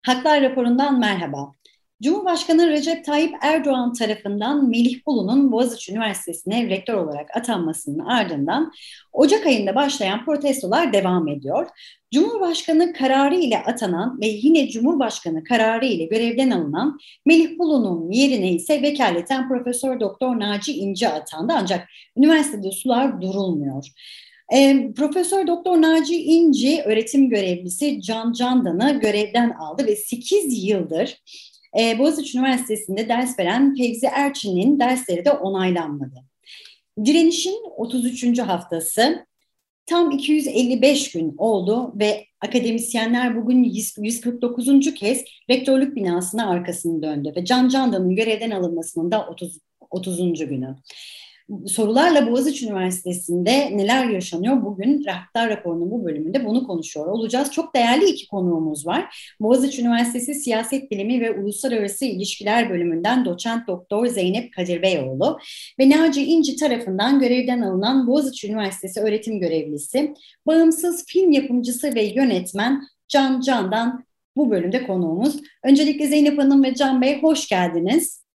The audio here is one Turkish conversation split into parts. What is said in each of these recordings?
Haklar raporundan merhaba. Cumhurbaşkanı Recep Tayyip Erdoğan tarafından Melih Bulu'nun Boğaziçi Üniversitesi'ne rektör olarak atanmasının ardından Ocak ayında başlayan protestolar devam ediyor. Cumhurbaşkanı kararı ile atanan ve yine Cumhurbaşkanı kararı ile görevden alınan Melih Bulu'nun yerine ise vekaleten Profesör Doktor Naci İnce atandı, ancak üniversitede sular durulmuyor. Profesör Doktor Naci İnci öğretim görevlisi Can Candan'ı görevden aldı ve 8 yıldır Boğaziçi Üniversitesi'nde ders veren Fevzi Erçin'in dersleri de onaylanmadı. Direnişin 33. haftası, tam 255 gün oldu ve akademisyenler bugün 149. kez rektörlük binasına arkasını döndü ve Can Candan'ın görevden alınmasının da 30. günü. Sorularla Boğaziçi Üniversitesi'nde neler yaşanıyor? Bugün Haklar Raporu'nun bu bölümünde bunu konuşuyor olacağız. Çok değerli iki konuğumuz var. Boğaziçi Üniversitesi Siyaset Bilimi ve Uluslararası İlişkiler Bölümünden Doçent Doktor Zeynep Kadir Beyoğlu ve Naci İnci tarafından görevden alınan Boğaziçi Üniversitesi öğretim görevlisi, bağımsız film yapımcısı ve yönetmen Can Candan bu bölümde konuğumuz. Öncelikle Zeynep Hanım ve Can Bey, hoş geldiniz.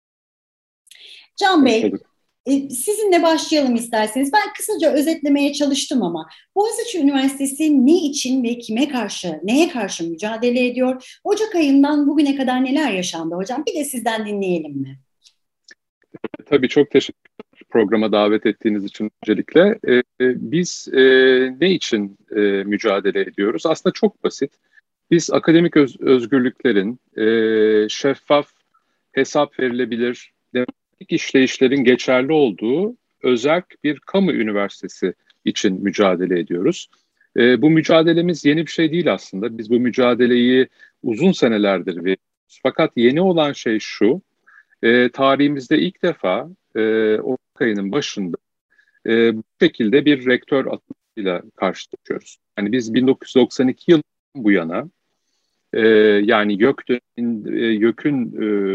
Can Bey, sizinle başlayalım isterseniz. Ben kısaca özetlemeye çalıştım ama Boğaziçi Üniversitesi ne için ve kime karşı, neye karşı mücadele ediyor? Ocak ayından bugüne kadar neler yaşandı hocam? Bir de sizden dinleyelim mi? Tabii, çok teşekkür programa davet ettiğiniz için öncelikle. Biz ne için mücadele ediyoruz? Aslında çok basit. Biz akademik özgürlüklerin şeffaf, hesap verilebilir, demokratik işleyişlerin geçerli olduğu özerk bir kamu üniversitesi için mücadele ediyoruz. Bu mücadelemiz yeni bir şey değil aslında. Biz bu mücadeleyi uzun senelerdir veriyoruz. Fakat yeni olan şey şu: tarihimizde ilk defa Ocak ayının başında bu şekilde bir rektör atılımıyla karşılaşıyoruz. Yani biz 1992 yılından bu yana, yani YÖK'ün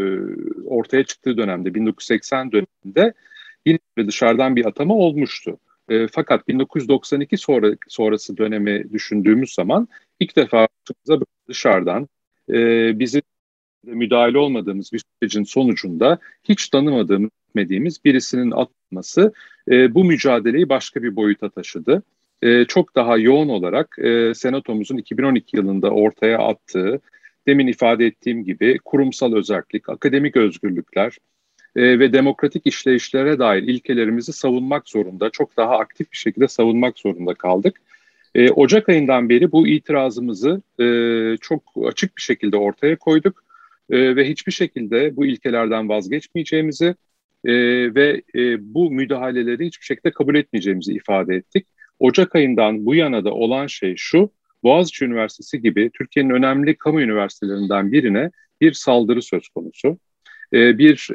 ortaya çıktığı dönemde, 1980 döneminde yine dışarıdan bir atama olmuştu. Fakat 1992 sonrası dönemi düşündüğümüz zaman ilk defa dışarıdan bizim müdahale olmadığımız bir sürecin sonucunda hiç tanımadığımız, bilmediğimiz birisinin atılması bu mücadeleyi başka bir boyuta taşıdı. Çok daha yoğun olarak Senatomuzun 2012 yılında ortaya attığı, demin ifade ettiğim gibi kurumsal özerklik, akademik özgürlükler ve demokratik işleyişlere dair ilkelerimizi savunmak zorunda, çok daha aktif bir şekilde savunmak zorunda kaldık. Ocak ayından beri bu itirazımızı çok açık bir şekilde ortaya koyduk ve hiçbir şekilde bu ilkelerden vazgeçmeyeceğimizi ve bu müdahaleleri hiçbir şekilde kabul etmeyeceğimizi ifade ettik. Ocak ayından bu yana da olan şey şu: Boğaziçi Üniversitesi gibi Türkiye'nin önemli kamu üniversitelerinden birine bir saldırı söz konusu, bir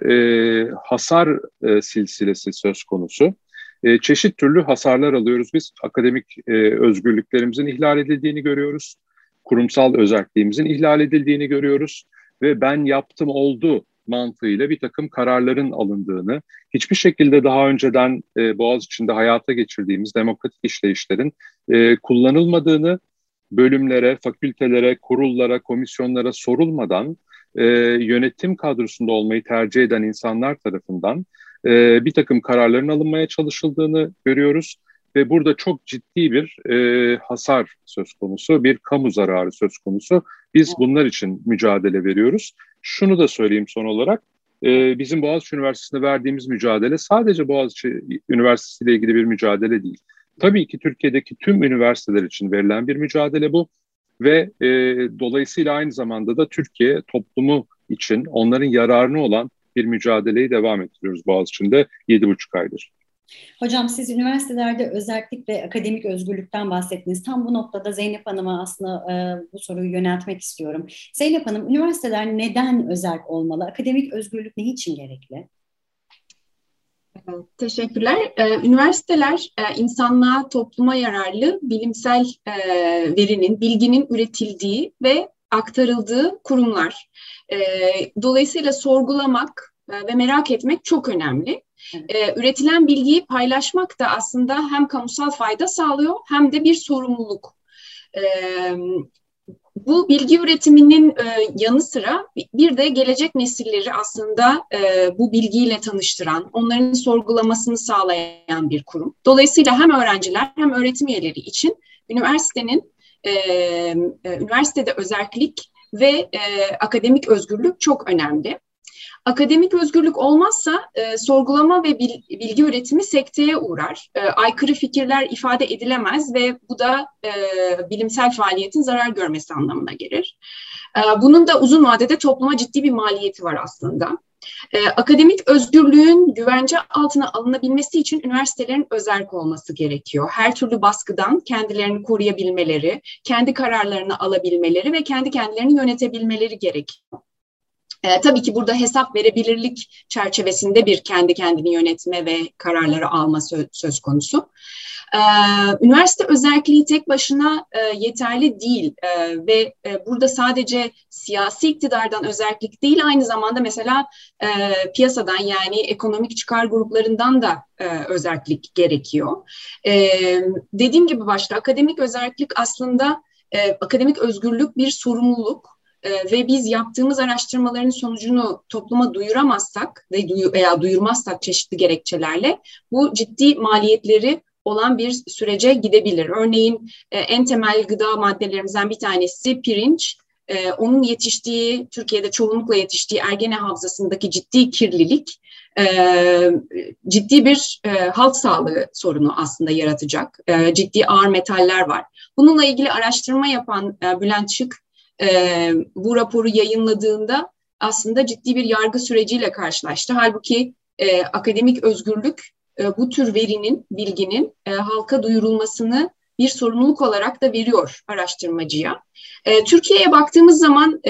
hasar silsilesi söz konusu. Çeşit türlü hasarlar alıyoruz biz. Akademik özgürlüklerimizin ihlal edildiğini görüyoruz. Kurumsal özerkliğimizin ihlal edildiğini görüyoruz. Ve ben yaptım oldu mantığıyla bir takım kararların alındığını, hiçbir şekilde daha önceden Boğaziçi'nde hayata geçirdiğimiz demokratik işleyişlerin kullanılmadığını, bölümlere, fakültelere, kurullara, komisyonlara sorulmadan yönetim kadrosunda olmayı tercih eden insanlar tarafından bir takım kararların alınmaya çalışıldığını görüyoruz. Ve burada çok ciddi bir hasar söz konusu, bir kamu zararı söz konusu. Biz bunlar için mücadele veriyoruz. Şunu da söyleyeyim son olarak: bizim Boğaziçi Üniversitesi'nde verdiğimiz mücadele sadece Boğaziçi Üniversitesi ile ilgili bir mücadele değil. Tabii ki Türkiye'deki tüm üniversiteler için verilen bir mücadele bu ve dolayısıyla aynı zamanda da Türkiye toplumu için onların yararına olan bir mücadeleyi devam ettiriyoruz Boğaziçi'nde 7,5 aydır. Hocam, siz üniversitelerde özellik ve akademik özgürlükten bahsettiniz. Tam bu noktada Zeynep Hanım'a aslında bu soruyu yöneltmek istiyorum. Zeynep Hanım, üniversiteler neden özerk olmalı? Akademik özgürlük ne için gerekli? Teşekkürler. Üniversiteler insanlığa, topluma yararlı bilimsel verinin, bilginin üretildiği ve aktarıldığı kurumlar. Dolayısıyla sorgulamak ve merak etmek çok önemli. Üretilen bilgiyi paylaşmak da aslında hem kamusal fayda sağlıyor hem de bir sorumluluk. Bu bilgi üretiminin yanı sıra bir de gelecek nesilleri aslında bu bilgiyle tanıştıran, onların sorgulamasını sağlayan bir kurum. Dolayısıyla hem öğrenciler hem öğretim üyeleri için üniversitede özerklik ve akademik özgürlük çok önemli. Akademik özgürlük olmazsa sorgulama ve bilgi üretimi sekteye uğrar. Aykırı fikirler ifade edilemez ve bu da bilimsel faaliyetin zarar görmesi anlamına gelir. Bunun da uzun vadede topluma ciddi bir maliyeti var aslında. Akademik özgürlüğün güvence altına alınabilmesi için üniversitelerin özerk olması gerekiyor. Her türlü baskıdan kendilerini koruyabilmeleri, kendi kararlarını alabilmeleri ve kendi kendilerini yönetebilmeleri gerekiyor. Tabii ki burada hesap verebilirlik çerçevesinde bir kendi kendini yönetme ve kararları alma söz konusu. Üniversite özerkliği tek başına yeterli değil ve burada sadece siyasi iktidardan özerklik değil, aynı zamanda mesela piyasadan, yani ekonomik çıkar gruplarından da özerklik gerekiyor. Dediğim gibi başta akademik özerklik aslında akademik özgürlük bir sorumluluk. Ve biz yaptığımız araştırmaların sonucunu topluma duyuramazsak veya duyurmazsak çeşitli gerekçelerle bu ciddi maliyetleri olan bir sürece gidebilir. Örneğin en temel gıda maddelerimizden bir tanesi pirinç. Onun yetiştiği, Türkiye'de çoğunlukla yetiştiği Ergene Havzası'ndaki ciddi kirlilik ciddi bir halk sağlığı sorunu aslında yaratacak. Ciddi ağır metaller var. Bununla ilgili araştırma yapan Bülent Şık bu raporu yayınladığında aslında ciddi bir yargı süreciyle karşılaştı. Halbuki akademik özgürlük bu tür verinin, bilginin halka duyurulmasını bir sorumluluk olarak da veriyor araştırmacıya. Türkiye'ye baktığımız zaman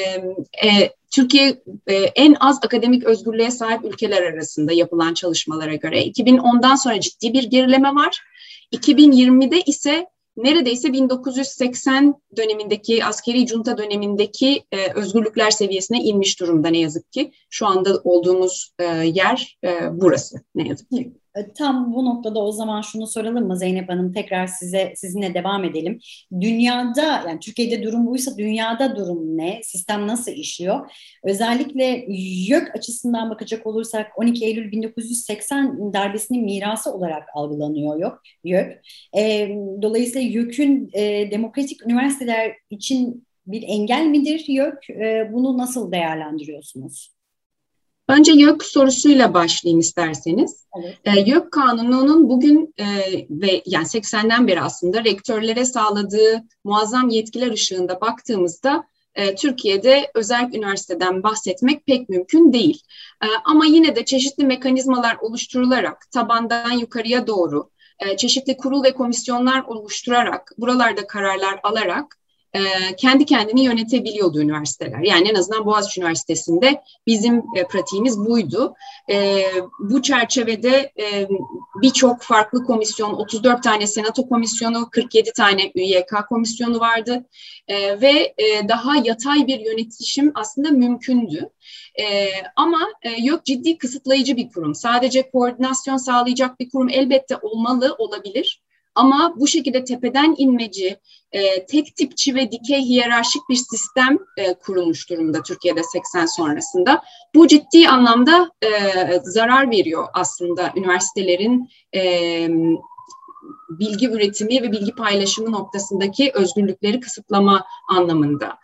Türkiye en az akademik özgürlüğe sahip ülkeler arasında yapılan çalışmalara göre. 2010'dan sonra ciddi bir gerileme var. 2020'de ise neredeyse 1980 dönemindeki, askeri junta dönemindeki özgürlükler seviyesine inmiş durumda ne yazık ki. Şu anda olduğumuz yer burası ne yazık ki. Tam bu noktada o zaman şunu soralım mı Zeynep Hanım? Tekrar sizinle devam edelim. Dünyada, yani Türkiye'de durum buysa dünyada durum ne? Sistem nasıl işliyor? Özellikle YÖK açısından bakacak olursak 12 Eylül 1980 darbesinin mirası olarak algılanıyor YÖK. Dolayısıyla YÖK'ün demokratik üniversiteler için bir engel midir YÖK? Bunu nasıl değerlendiriyorsunuz? Önce YÖK sorusuyla başlayayım isterseniz. Evet. YÖK kanununun bugün ve yani 80'den beri aslında rektörlere sağladığı muazzam yetkiler ışığında baktığımızda Türkiye'de özerk üniversiteden bahsetmek pek mümkün değil. Ama yine de çeşitli mekanizmalar oluşturularak tabandan yukarıya doğru çeşitli kurul ve komisyonlar oluşturarak buralarda kararlar alarak kendi kendini yönetebiliyordu üniversiteler. Yani en azından Boğaziçi Üniversitesi'nde bizim pratiğimiz buydu. Bu çerçevede birçok farklı komisyon, 34 tane senato komisyonu, 47 tane üyk komisyonu vardı ve daha yatay bir yönetişim aslında mümkündü. Ama YÖK ciddi kısıtlayıcı bir kurum. Sadece koordinasyon sağlayacak bir kurum elbette olabilir. Ama bu şekilde tepeden inmeci, tek tipçi ve dikey hiyerarşik bir sistem kurulmuş durumda Türkiye'de 80 sonrasında. Bu ciddi anlamda zarar veriyor aslında üniversitelerin bilgi üretimi ve bilgi paylaşımı noktasındaki özgürlükleri kısıtlama anlamında.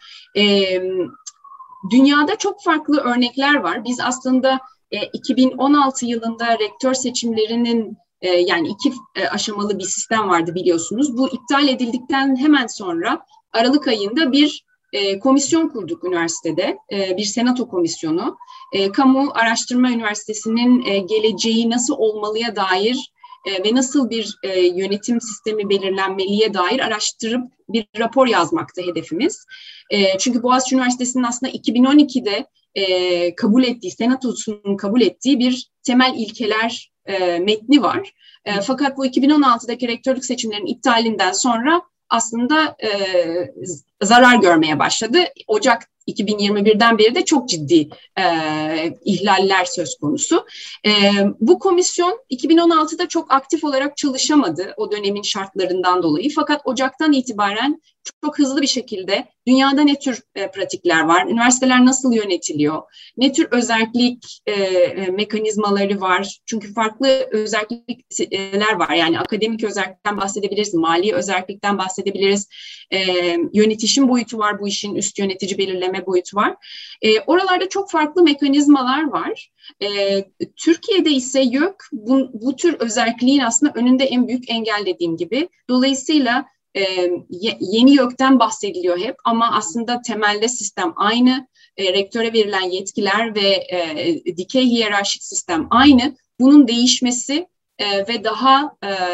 Dünyada çok farklı örnekler var. Biz aslında 2016 yılında rektör seçimlerinin yani 2 aşamalı bir sistem vardı biliyorsunuz. Bu iptal edildikten hemen sonra Aralık ayında bir komisyon kurduk üniversitede. Bir senato komisyonu. Kamu Araştırma Üniversitesi'nin geleceği nasıl olmalıya dair ve nasıl bir yönetim sistemi belirlenmeliye dair araştırıp bir rapor yazmakta hedefimiz. Çünkü Boğaziçi Üniversitesi'nin aslında 2012'de kabul ettiği, senatosunun kabul ettiği bir temel ilkeler metni var. Fakat bu 2016'daki rektörlük seçimlerinin iptalinden sonra aslında zarar görmeye başladı. Ocak 2021'den beri de çok ciddi ihlaller söz konusu. Bu komisyon 2016'da çok aktif olarak çalışamadı o dönemin şartlarından dolayı. Fakat Ocak'tan itibaren çok hızlı bir şekilde dünyada ne tür pratikler var, üniversiteler nasıl yönetiliyor, ne tür özerklik mekanizmaları var. Çünkü farklı özerklikler var. Yani akademik özerklikten bahsedebiliriz, mali özerklikten bahsedebiliriz, yönetişim boyutu var bu işin, üst yönetici belirleme boyutu var. Oralarda çok farklı mekanizmalar var. Türkiye'de ise yok. Bu tür özerkliğin aslında önünde en büyük engel dediğim gibi. Dolayısıyla yeni YÖK'ten bahsediliyor hep ama aslında temelde sistem aynı. Rektöre verilen yetkiler ve dikey hiyerarşik sistem aynı. Bunun değişmesi ve daha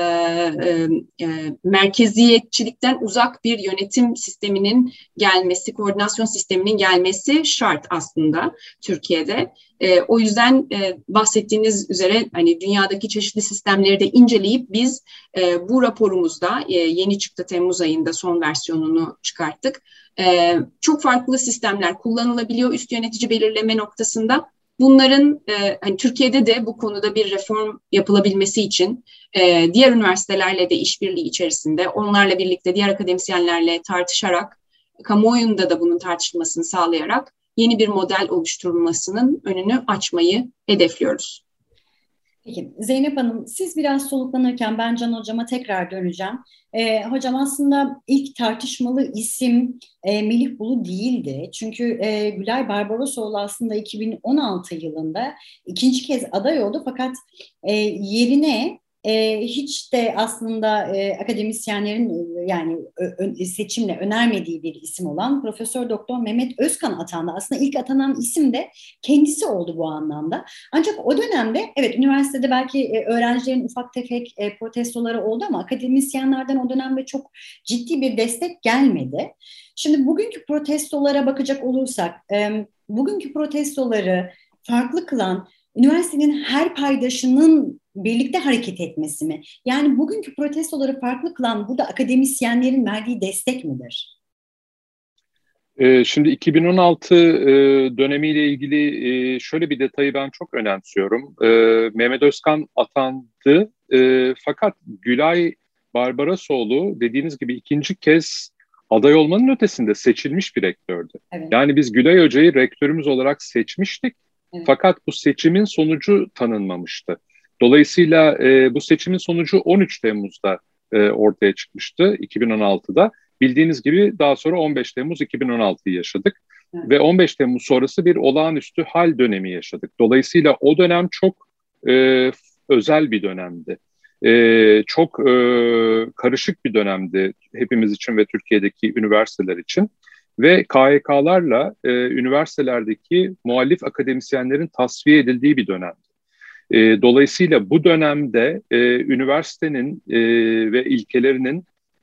merkeziyetçilikten uzak bir yönetim sisteminin gelmesi, koordinasyon sisteminin gelmesi şart aslında Türkiye'de. O yüzden bahsettiğiniz üzere hani dünyadaki çeşitli sistemleri de inceleyip biz bu raporumuzda yeni çıktı, Temmuz ayında son versiyonunu çıkarttık. Çok farklı sistemler kullanılabiliyor üst yönetici belirleme noktasında. Bunların hani Türkiye'de de bu konuda bir reform yapılabilmesi için diğer üniversitelerle de işbirliği içerisinde onlarla birlikte diğer akademisyenlerle tartışarak, kamuoyunda da bunun tartışılmasını sağlayarak yeni bir model oluşturulmasının önünü açmayı hedefliyoruz. Peki Zeynep Hanım, siz biraz soluklanırken ben Can Hocam'a tekrar döneceğim. Hocam aslında ilk tartışmalı isim Melih Bulu değildi. Çünkü Gülay Barbarosoğlu aslında 2016 yılında ikinci kez aday oldu. Fakat yerine hiç de aslında akademisyenlerin yani seçimle önermediği bir isim olan Profesör Doktor Mehmet Özkan atandı. Aslında ilk atanan isim de kendisi oldu bu anlamda. Ancak o dönemde evet üniversitede belki öğrencilerin ufak tefek protestoları oldu ama akademisyenlerden o dönemde çok ciddi bir destek gelmedi. Şimdi bugünkü protestolara bakacak olursak, bugünkü protestoları farklı kılan üniversitenin her paydaşının birlikte hareket etmesi mi? Yani bugünkü protestoları farklı kılan burada akademisyenlerin verdiği destek midir? Şimdi 2016 dönemiyle ilgili şöyle bir detayı ben çok önemsiyorum. Mehmet Özkan atandı fakat Gülay Barbarosoğlu dediğiniz gibi ikinci kez aday olmanın ötesinde seçilmiş bir rektördü. Evet. Yani biz Gülay Hoca'yı rektörümüz olarak seçmiştik. Evet. Fakat bu seçimin sonucu tanınmamıştı. Dolayısıyla bu seçimin sonucu 13 Temmuz'da ortaya çıkmıştı 2016'da. Bildiğiniz gibi daha sonra 15 Temmuz 2016'yı yaşadık. Evet. Ve 15 Temmuz sonrası bir olağanüstü hal dönemi yaşadık. Dolayısıyla o dönem çok özel bir dönemdi. Çok karışık bir dönemdi hepimiz için ve Türkiye'deki üniversiteler için. Ve KHK'larla üniversitelerdeki muhalif akademisyenlerin tasfiye edildiği bir dönemdi. Dolayısıyla bu dönemde üniversitenin ve ilkelerinin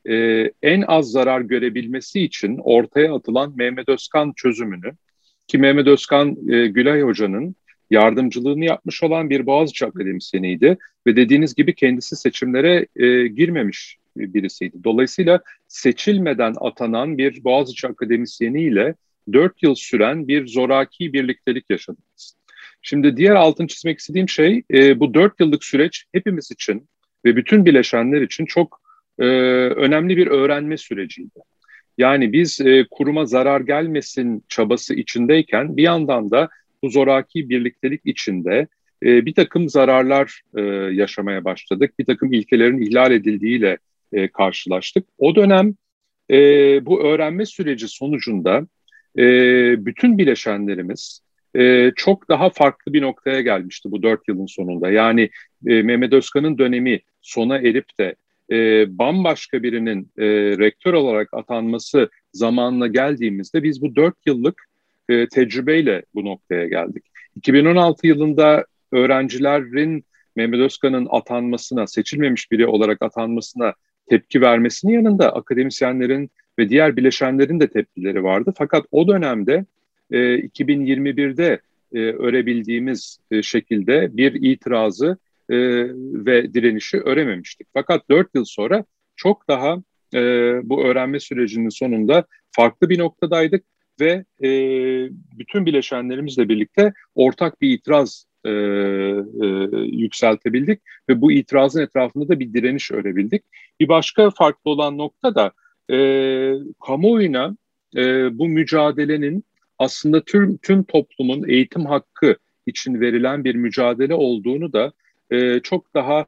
en az zarar görebilmesi için ortaya atılan Mehmet Özkan çözümünü, ki Mehmet Özkan Gülay Hoca'nın yardımcılığını yapmış olan bir Boğaziçi akademisyeniydi ve dediğiniz gibi kendisi seçimlere girmemiş birisiydi. Dolayısıyla seçilmeden atanan bir Boğaziçi akademisyeniyle 4 yıl süren bir zoraki birliktelik yaşadık. Şimdi diğer altını çizmek istediğim şey bu 4 yıllık süreç hepimiz için ve bütün bileşenler için çok önemli bir öğrenme süreciydi. Yani biz kuruma zarar gelmesin çabası içindeyken bir yandan da bu zoraki birliktelik içinde bir takım zararlar yaşamaya başladık. Bir takım ilkelerin ihlal edildiğiyle karşılaştık. O dönem bu öğrenme süreci sonucunda bütün bileşenlerimiz çok daha farklı bir noktaya gelmişti bu 4 yılın sonunda. Yani Mehmet Özkan'ın dönemi sona erip de bambaşka birinin rektör olarak atanması zamanına geldiğimizde biz bu 4 yıllık tecrübeyle bu noktaya geldik. 2016 yılında öğrencilerin Mehmet Özkan'ın atanmasına, seçilmemiş biri olarak atanmasına tepki vermesinin yanında akademisyenlerin ve diğer bileşenlerin de tepkileri vardı. Fakat o dönemde 2021'de örebildiğimiz şekilde bir itirazı ve direnişi örememiştik. Fakat 4 yıl sonra çok daha bu öğrenme sürecinin sonunda farklı bir noktadaydık ve bütün bileşenlerimizle birlikte ortak bir itiraz yükseltebildik ve bu itirazın etrafında da bir direniş örebildik. Bir başka farklı olan nokta da kamuoyuna bu mücadelenin aslında tüm toplumun eğitim hakkı için verilen bir mücadele olduğunu da çok daha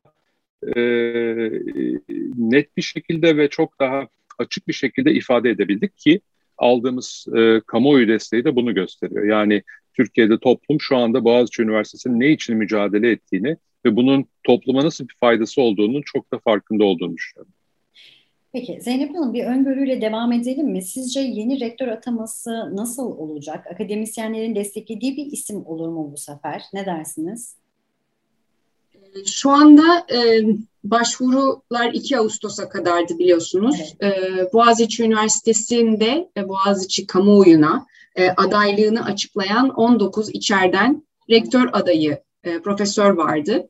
net bir şekilde ve çok daha açık bir şekilde ifade edebildik ki aldığımız kamuoyu desteği de bunu gösteriyor. Yani Türkiye'de toplum şu anda Boğaziçi Üniversitesi'nin ne için mücadele ettiğini ve bunun topluma nasıl bir faydası olduğunun çok da farkında olduğunu düşünüyorum. Peki Zeynep Hanım, bir öngörüyle devam edelim mi? Sizce yeni rektör ataması nasıl olacak? Akademisyenlerin desteklediği bir isim olur mu bu sefer? Ne dersiniz? Şu anda başvurular 2 Ağustos'a kadardı biliyorsunuz. Evet. Boğaziçi Üniversitesi'nde Boğaziçi kamuoyuna adaylığını açıklayan 19 içeriden rektör adayı profesör vardı.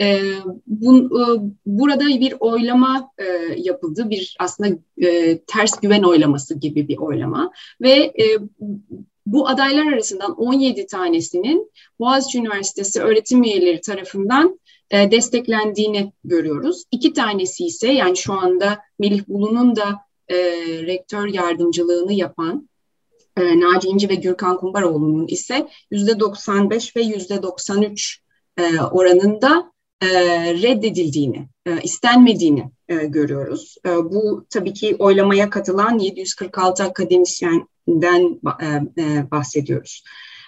Burada bir oylama yapıldı. Bir aslında ters güven oylaması gibi bir oylama ve bu adaylar arasından 17 tanesinin Boğaziçi Üniversitesi öğretim üyeleri tarafından desteklendiğini görüyoruz. 2 tanesi ise, yani şu anda Melih Bulu'nun da rektör yardımcılığını yapan Naci İnci ve Gürkan Kumbaroğlu'nun ise %95 ve %93 oranında reddedildiğini, istenmediğini görüyoruz. Bu tabii ki oylamaya katılan 746 akademisyenden bahsediyoruz.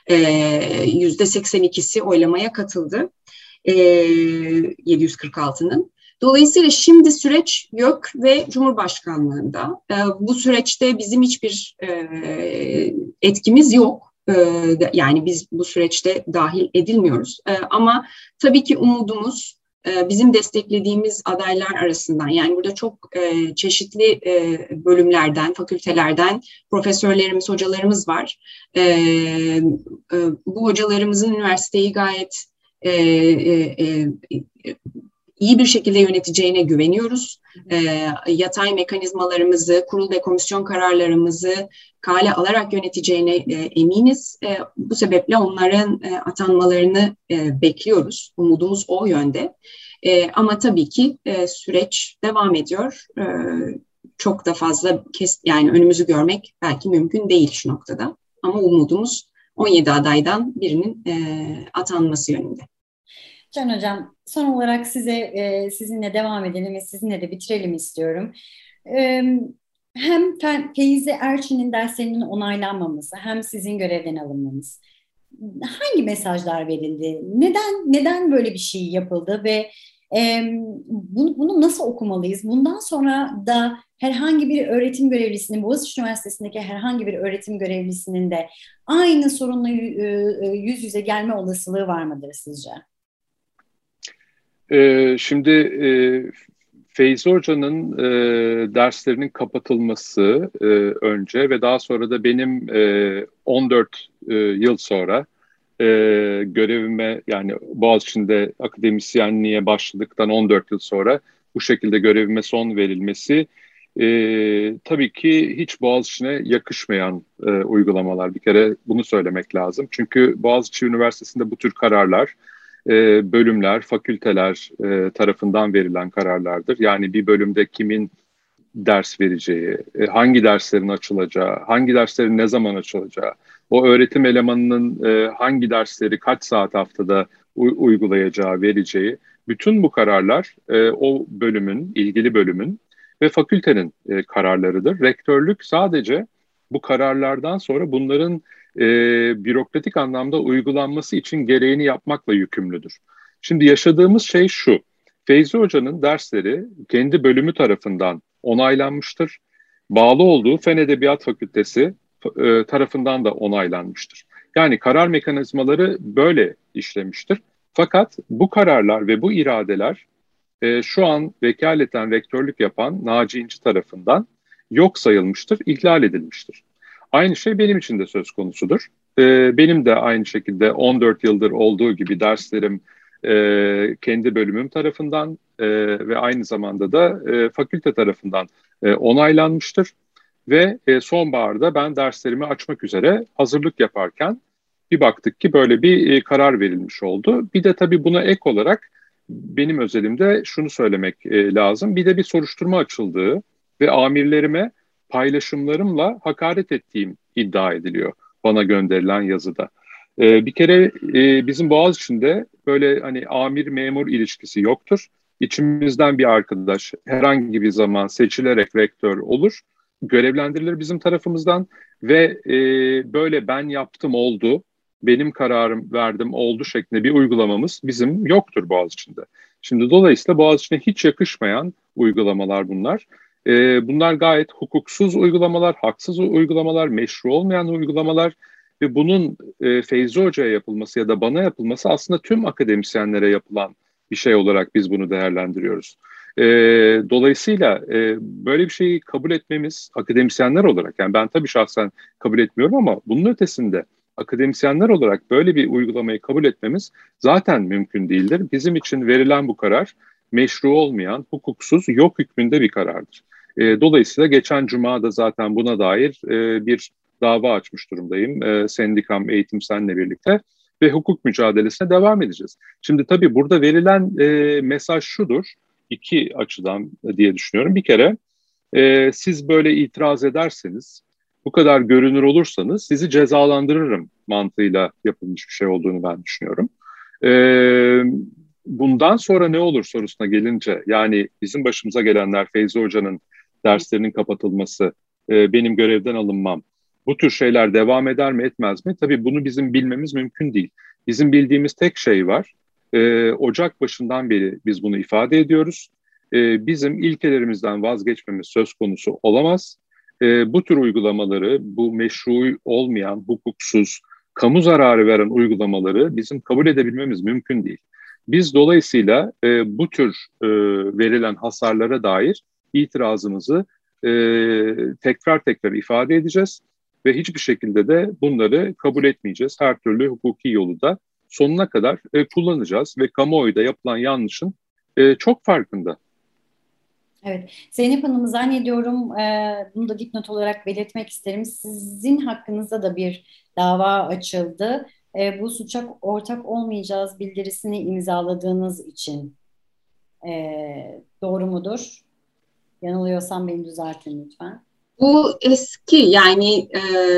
%82'si oylamaya katıldı. 746'nın. Dolayısıyla şimdi süreç YÖK ve Cumhurbaşkanlığında. Bu süreçte bizim hiçbir etkimiz yok. Yani biz bu süreçte dahil edilmiyoruz. Ama tabii ki umudumuz bizim desteklediğimiz adaylar arasından, yani burada çok çeşitli bölümlerden, fakültelerden profesörlerimiz, hocalarımız var. Bu hocalarımızın üniversiteyi gayet iyi bir şekilde yöneteceğine güveniyoruz. Yatay mekanizmalarımızı, kurul ve komisyon kararlarımızı kale alarak yöneteceğine eminiz. Bu sebeple onların atanmalarını bekliyoruz. Umudumuz o yönde. Ama tabii ki süreç devam ediyor. Çok da fazla yani önümüzü görmek belki mümkün değil şu noktada. Ama umudumuz 17 adaydan birinin atanması yönünde. Can Hocam, son olarak sizinle devam edelim ve sizinle de bitirelim istiyorum. Hem Feyzi Erçin'in derslerinin onaylanmaması, hem sizin görevden alınmanız. Hangi mesajlar verildi? Neden böyle bir şey yapıldı ve bunu nasıl okumalıyız? Bundan sonra da herhangi bir öğretim görevlisinin, Boğaziçi Üniversitesi'ndeki herhangi bir öğretim görevlisinin de aynı sorunla yüz yüze gelme olasılığı var mıdır sizce? Şimdi Feyzi Hoca'nın derslerinin kapatılması önce ve daha sonra da benim 14 yıl sonra görevime, yani Boğaziçi'nde akademisyenliğe başladıktan 14 yıl sonra bu şekilde görevime son verilmesi tabii ki hiç Boğaziçi'ne yakışmayan uygulamalar. Bir kere bunu söylemek lazım. Çünkü Boğaziçi Üniversitesi'nde bu tür kararlar bölümler, fakülteler tarafından verilen kararlardır. Yani bir bölümde kimin ders vereceği, hangi derslerin açılacağı, hangi derslerin ne zaman açılacağı, o öğretim elemanının hangi dersleri kaç saat haftada uygulayacağı, vereceği, bütün bu kararlar o bölümün, ilgili bölümün ve fakültenin kararlarıdır. Rektörlük sadece bu kararlardan sonra bunların bürokratik anlamda uygulanması için gereğini yapmakla yükümlüdür. Şimdi yaşadığımız şey şu: Feyzi Hoca'nın dersleri kendi bölümü tarafından onaylanmıştır. Bağlı olduğu Fen Edebiyat Fakültesi tarafından da onaylanmıştır. Yani karar mekanizmaları böyle işlemiştir. Fakat bu kararlar ve bu iradeler şu an vekaleten rektörlük yapan Naci İnci tarafından yok sayılmıştır, ihlal edilmiştir. Aynı şey benim için de söz konusudur. Benim de aynı şekilde 14 yıldır olduğu gibi derslerim kendi bölümüm tarafından ve aynı zamanda da fakülte tarafından onaylanmıştır. Ve sonbaharda ben derslerimi açmak üzere hazırlık yaparken bir baktık ki böyle bir karar verilmiş oldu. Bir de tabii buna ek olarak benim özelimde şunu söylemek lazım. Bir de bir soruşturma açıldığı ve amirlerime paylaşımlarımla hakaret ettiğim iddia ediliyor bana gönderilen yazıda. Bir kere bizim Boğaziçi'nde böyle hani amir-memur ilişkisi yoktur. İçimizden bir arkadaş herhangi bir zaman seçilerek rektör olur, görevlendirilir bizim tarafımızdan ve böyle ben yaptım oldu, benim kararım verdim oldu şeklinde bir uygulamamız bizim yoktur Boğaziçi'nde. Şimdi dolayısıyla Boğaziçi'ne hiç yakışmayan uygulamalar bunlar. Bunlar gayet hukuksuz uygulamalar, haksız uygulamalar, meşru olmayan uygulamalar ve bunun Feyzi Hoca'ya yapılması ya da bana yapılması aslında tüm akademisyenlere yapılan bir şey olarak biz bunu değerlendiriyoruz. Dolayısıyla böyle bir şeyi kabul etmemiz akademisyenler olarak, yani ben tabii şahsen kabul etmiyorum ama bunun ötesinde akademisyenler olarak böyle bir uygulamayı kabul etmemiz zaten mümkün değildir. Bizim için verilen bu karar meşru olmayan, hukuksuz, yok hükmünde bir karardır. Dolayısıyla geçen Cuma'da zaten buna dair bir dava açmış durumdayım. Sendikam, Eğitim Sen'le birlikte ve hukuk mücadelesine devam edeceğiz. Şimdi tabii burada verilen mesaj şudur, iki açıdan diye düşünüyorum. Bir kere siz böyle itiraz ederseniz, bu kadar görünür olursanız sizi cezalandırırım mantığıyla yapılmış bir şey olduğunu ben düşünüyorum. Bundan sonra ne olur sorusuna gelince, yani bizim başımıza gelenler, Feyzi Hoca'nın derslerinin kapatılması, benim görevden alınmam, bu tür şeyler devam eder mi etmez mi? Tabii bunu bizim bilmemiz mümkün değil. Bizim bildiğimiz tek şey var. Ocak başından beri biz bunu ifade ediyoruz. Bizim ilkelerimizden vazgeçmemiz söz konusu olamaz. Bu tür uygulamaları, bu meşru olmayan, hukuksuz, kamu zararı veren uygulamaları bizim kabul edebilmemiz mümkün değil. Biz dolayısıyla bu tür verilen hasarlara dair itirazımızı tekrar tekrar ifade edeceğiz ve hiçbir şekilde de bunları kabul etmeyeceğiz. Her türlü hukuki yolu da sonuna kadar kullanacağız ve kamuoyu da yapılan yanlışın çok farkında. Evet, Zeynep Hanım zannediyorum bunu da dipnot olarak belirtmek isterim. Sizin hakkınızda da bir dava açıldı. Bu suça ortak olmayacağız bildirisini imzaladığınız için. Doğru mudur? Yanılıyorsam beni düzeltin lütfen. Bu eski, yani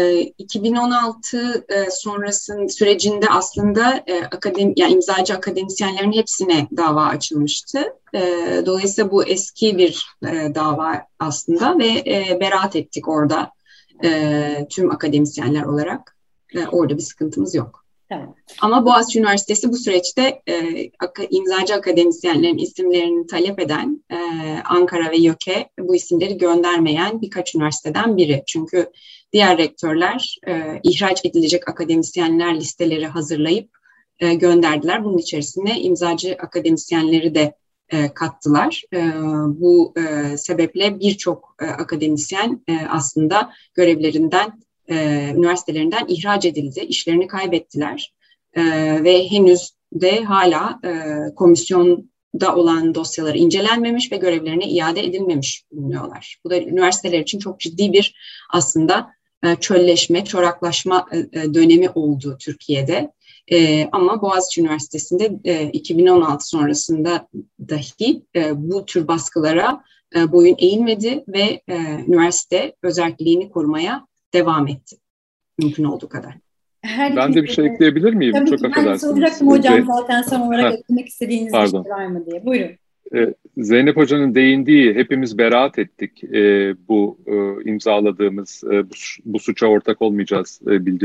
2016 sonrasının sürecinde aslında yani imzacı akademisyenlerin hepsine dava açılmıştı. Dolayısıyla bu eski bir dava aslında ve beraat ettik orada tüm akademisyenler olarak. Orada bir sıkıntımız yok. Tamam. Ama Boğaziçi Üniversitesi bu süreçte imzacı akademisyenlerin isimlerini talep eden Ankara ve YÖK'e bu isimleri göndermeyen birkaç üniversiteden biri. Çünkü diğer rektörler ihraç edilecek akademisyenler listeleri hazırlayıp gönderdiler. Bunun içerisine imzacı akademisyenleri de kattılar. Bu sebeple birçok akademisyen aslında görevlerinden, üniversitelerinden ihraç edildi, işlerini kaybettiler ve henüz de hala komisyonda olan dosyaları incelenmemiş ve görevlerine iade edilmemiş bulunuyorlar. Bu da üniversiteler için çok ciddi bir aslında çölleşme, çoraklaşma dönemi oldu Türkiye'de. Ama Boğaziçi Üniversitesi'nde 2016 sonrasında dahi bu tür baskılara boyun eğilmedi ve üniversite özerkliğini korumaya devam etti. Mümkün olduğu kadar. Ben de bir şey ekleyebilir miyim? Tabii çok ki affedersiniz. Ben soracaktım hocam zaten son olarak eklemek istediğiniz bir şey var mı diye. Buyurun. Zeynep Hoca'nın değindiği, hepimiz beraat ettik bu imzaladığımız bu suça ortak olmayacağız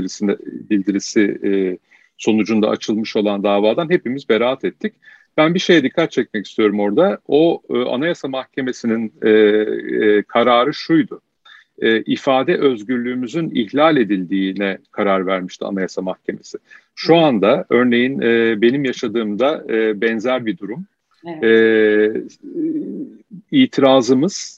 bildirisi sonucunda açılmış olan davadan hepimiz beraat ettik. Ben bir şeye dikkat çekmek istiyorum orada. O Anayasa Mahkemesi'nin kararı şuydu. İfade özgürlüğümüzün ihlal edildiğine karar vermişti Anayasa Mahkemesi. Şu anda örneğin benim yaşadığımda benzer bir durum. Evet. İtirazımız,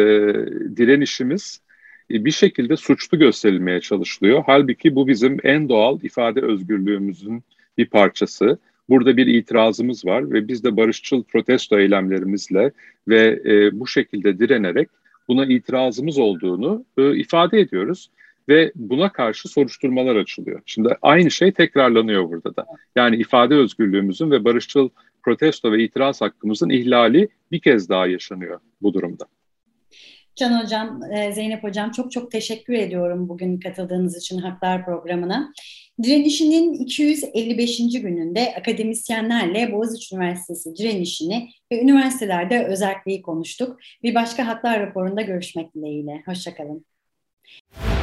direnişimiz bir şekilde suçlu gösterilmeye çalışılıyor. Halbuki bu bizim en doğal ifade özgürlüğümüzün bir parçası. Burada bir itirazımız var ve biz de barışçıl protesto eylemlerimizle ve bu şekilde direnerek buna itirazımız olduğunu ifade ediyoruz ve buna karşı soruşturmalar açılıyor. Şimdi aynı şey tekrarlanıyor burada da. Yani ifade özgürlüğümüzün ve barışçıl protesto ve itiraz hakkımızın ihlali bir kez daha yaşanıyor bu durumda. Can Hocam, Zeynep Hocam çok çok teşekkür ediyorum bugün katıldığınız için Haklar programına. Direnişinin 255. gününde akademisyenlerle Boğaziçi Üniversitesi direnişini ve üniversitelerde özerkliği konuştuk. Bir başka Haklar raporunda görüşmek dileğiyle. Hoşça kalın.